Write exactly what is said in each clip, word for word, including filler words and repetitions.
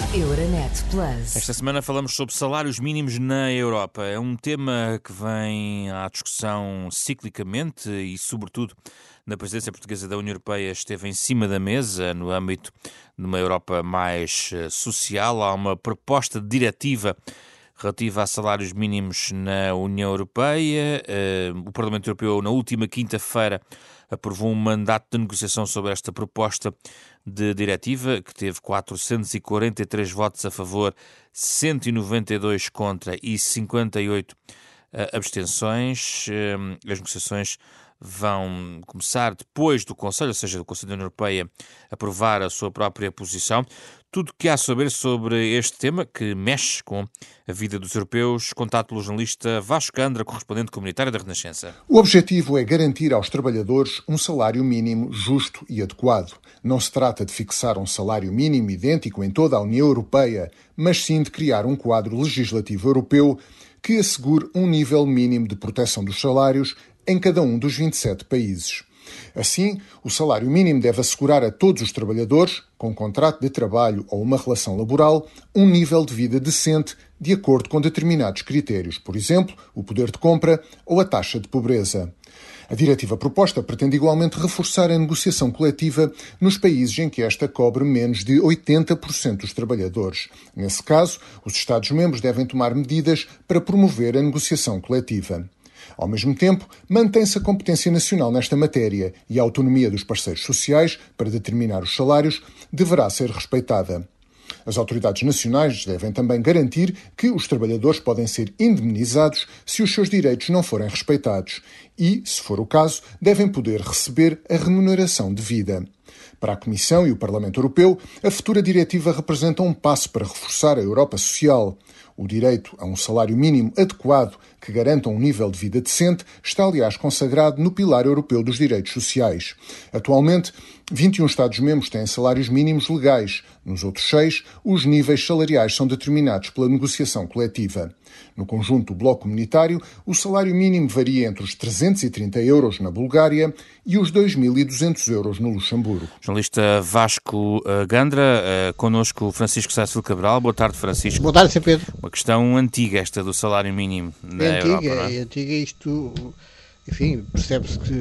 Euronet Plus. Esta semana falamos sobre salários mínimos na Europa. É um tema que vem à discussão ciclicamente e, sobretudo, na presidência portuguesa da União Europeia esteve em cima da mesa no âmbito de uma Europa mais social. Há uma proposta de diretiva relativa a salários mínimos na União Europeia. O Parlamento Europeu, na última quinta-feira, aprovou um mandato de negociação sobre esta proposta de diretiva, que teve quatrocentos e quarenta e três votos a favor, cento e noventa e dois contra e cinquenta e oito abstenções. As negociações vão começar depois do Conselho, ou seja, do Conselho da União Europeia, aprovar a sua própria posição. Tudo o que há a saber sobre este tema, que mexe com a vida dos europeus, contato pelo jornalista Vasco Gandra, correspondente comunitário da Renascença. O objetivo é garantir aos trabalhadores um salário mínimo justo e adequado. Não se trata de fixar um salário mínimo idêntico em toda a União Europeia, mas sim de criar um quadro legislativo europeu que assegure um nível mínimo de proteção dos salários em cada um dos vinte e sete países. Assim, o salário mínimo deve assegurar a todos os trabalhadores, com contrato de trabalho ou uma relação laboral, um nível de vida decente de acordo com determinados critérios, por exemplo, o poder de compra ou a taxa de pobreza. A diretiva proposta pretende igualmente reforçar a negociação coletiva nos países em que esta cobre menos de oitenta por cento dos trabalhadores. Nesse caso, os Estados-membros devem tomar medidas para promover a negociação coletiva. Ao mesmo tempo, mantém-se a competência nacional nesta matéria e a autonomia dos parceiros sociais para determinar os salários deverá ser respeitada. As autoridades nacionais devem também garantir que os trabalhadores podem ser indemnizados se os seus direitos não forem respeitados e, se for o caso, devem poder receber a remuneração devida. Para a Comissão e o Parlamento Europeu, a futura diretiva representa um passo para reforçar a Europa social. O direito a um salário mínimo adequado que garanta um nível de vida decente está, aliás, consagrado no Pilar Europeu dos Direitos Sociais. Atualmente, vinte e um Estados-membros têm salários mínimos legais. Nos outros seis, os níveis salariais são determinados pela negociação coletiva. No conjunto do bloco comunitário, o salário mínimo varia entre os trezentos e trinta euros na Bulgária e os dois mil e duzentos euros no Luxemburgo. Jornalista Vasco Gandra, connosco Francisco Sá Silva Cabral. Boa tarde, Francisco. Boa tarde, Sr. Pedro. Uma questão antiga esta do salário mínimo na é antiga, Europa, não é? É antiga, isto, enfim, percebe-se que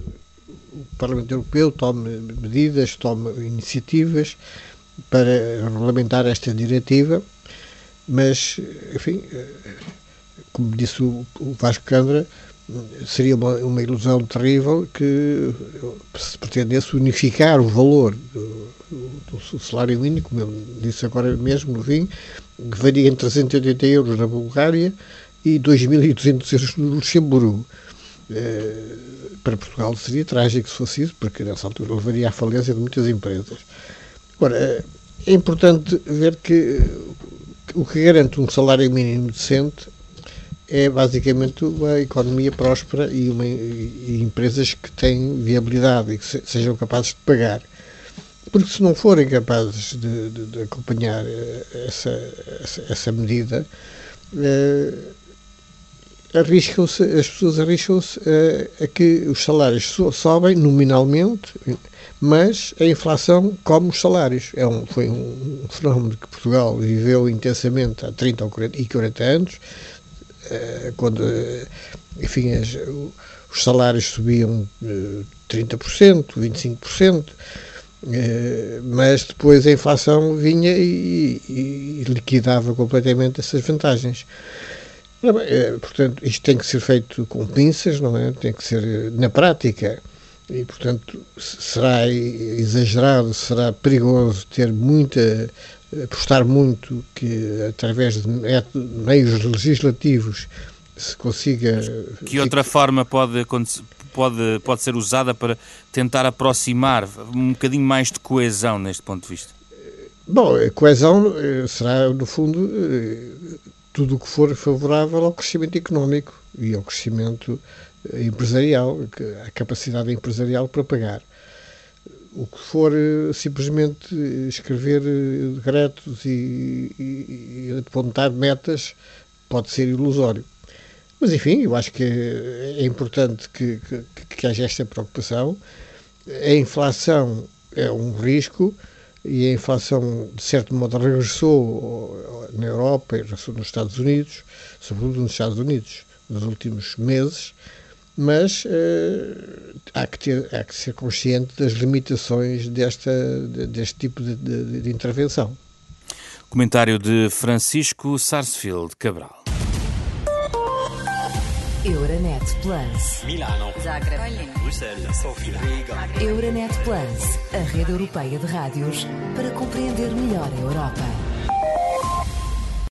o Parlamento Europeu tome medidas, tome iniciativas para regulamentar esta diretiva, mas, enfim, como disse o, o Vasco Gandra, seria uma, uma ilusão terrível que se pretendesse unificar o valor do, do salário mínimo, como eu disse agora mesmo no fim, que varia entre trezentos e oitenta euros na Bulgária e dois mil e duzentos euros no Luxemburgo. Eh, para Portugal seria trágico se fosse isso, porque nessa altura levaria à falência de muitas empresas. Agora, é importante ver que o que garante um salário mínimo decente é basicamente uma economia próspera e, uma, e empresas que têm viabilidade e que se, sejam capazes de pagar. Porque se não forem capazes de, de, de acompanhar essa, essa, essa medida, eh, arriscam-se, as pessoas arriscam-se a, a que os salários so, sobem nominalmente, mas a inflação come os salários. É um, foi um, um fenómeno que Portugal viveu intensamente há trinta ou quarenta anos, eh, quando, enfim, as, os salários subiam eh, trinta por cento, vinte e cinco por cento, eh, mas depois a inflação vinha e, e, e liquidava completamente essas vantagens. Portanto, isto tem que ser feito com pinças, não é? Tem que ser na prática e, portanto, será exagerado, será perigoso ter muita, apostar muito que através de meios legislativos se consiga... Que outra forma pode, pode, pode ser usada para tentar aproximar um bocadinho mais de coesão neste ponto de vista? Bom, a coesão será, no fundo, tudo o que for favorável ao crescimento económico e ao crescimento empresarial, a capacidade empresarial para pagar. O que for simplesmente escrever decretos e, e, e apontar metas pode ser ilusório. Mas, enfim, eu acho que é importante que, que, que haja esta preocupação. A inflação é um risco, e a inflação, de certo modo, regressou na Europa e regressou nos Estados Unidos, sobretudo nos Estados Unidos, nos últimos meses, mas uh, há, que ter, há que ser consciente das limitações desta, deste tipo de, de, de intervenção. Comentário de Francisco Sarsfield Cabral. Euronet Plus. Milano. Zagreb. Bruxelas. Sofia. Riga. Euronet Plus, a rede europeia de rádios para compreender melhor a Europa.